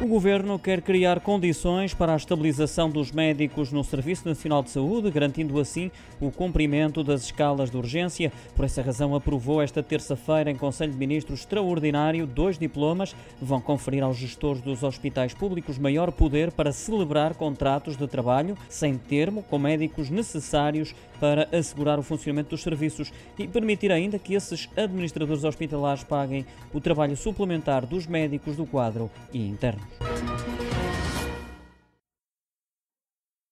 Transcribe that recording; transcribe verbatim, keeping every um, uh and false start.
O Governo quer criar condições para a estabilização dos médicos no Serviço Nacional de Saúde, garantindo assim o cumprimento das escalas de urgência. Por essa razão, aprovou esta terça-feira em Conselho de Ministros extraordinário dois diplomas que vão conferir aos gestores dos hospitais públicos maior poder para celebrar contratos de trabalho sem termo com médicos necessários para assegurar o funcionamento dos serviços e permitir ainda que esses administradores hospitalares paguem o trabalho suplementar dos médicos do quadro e internos.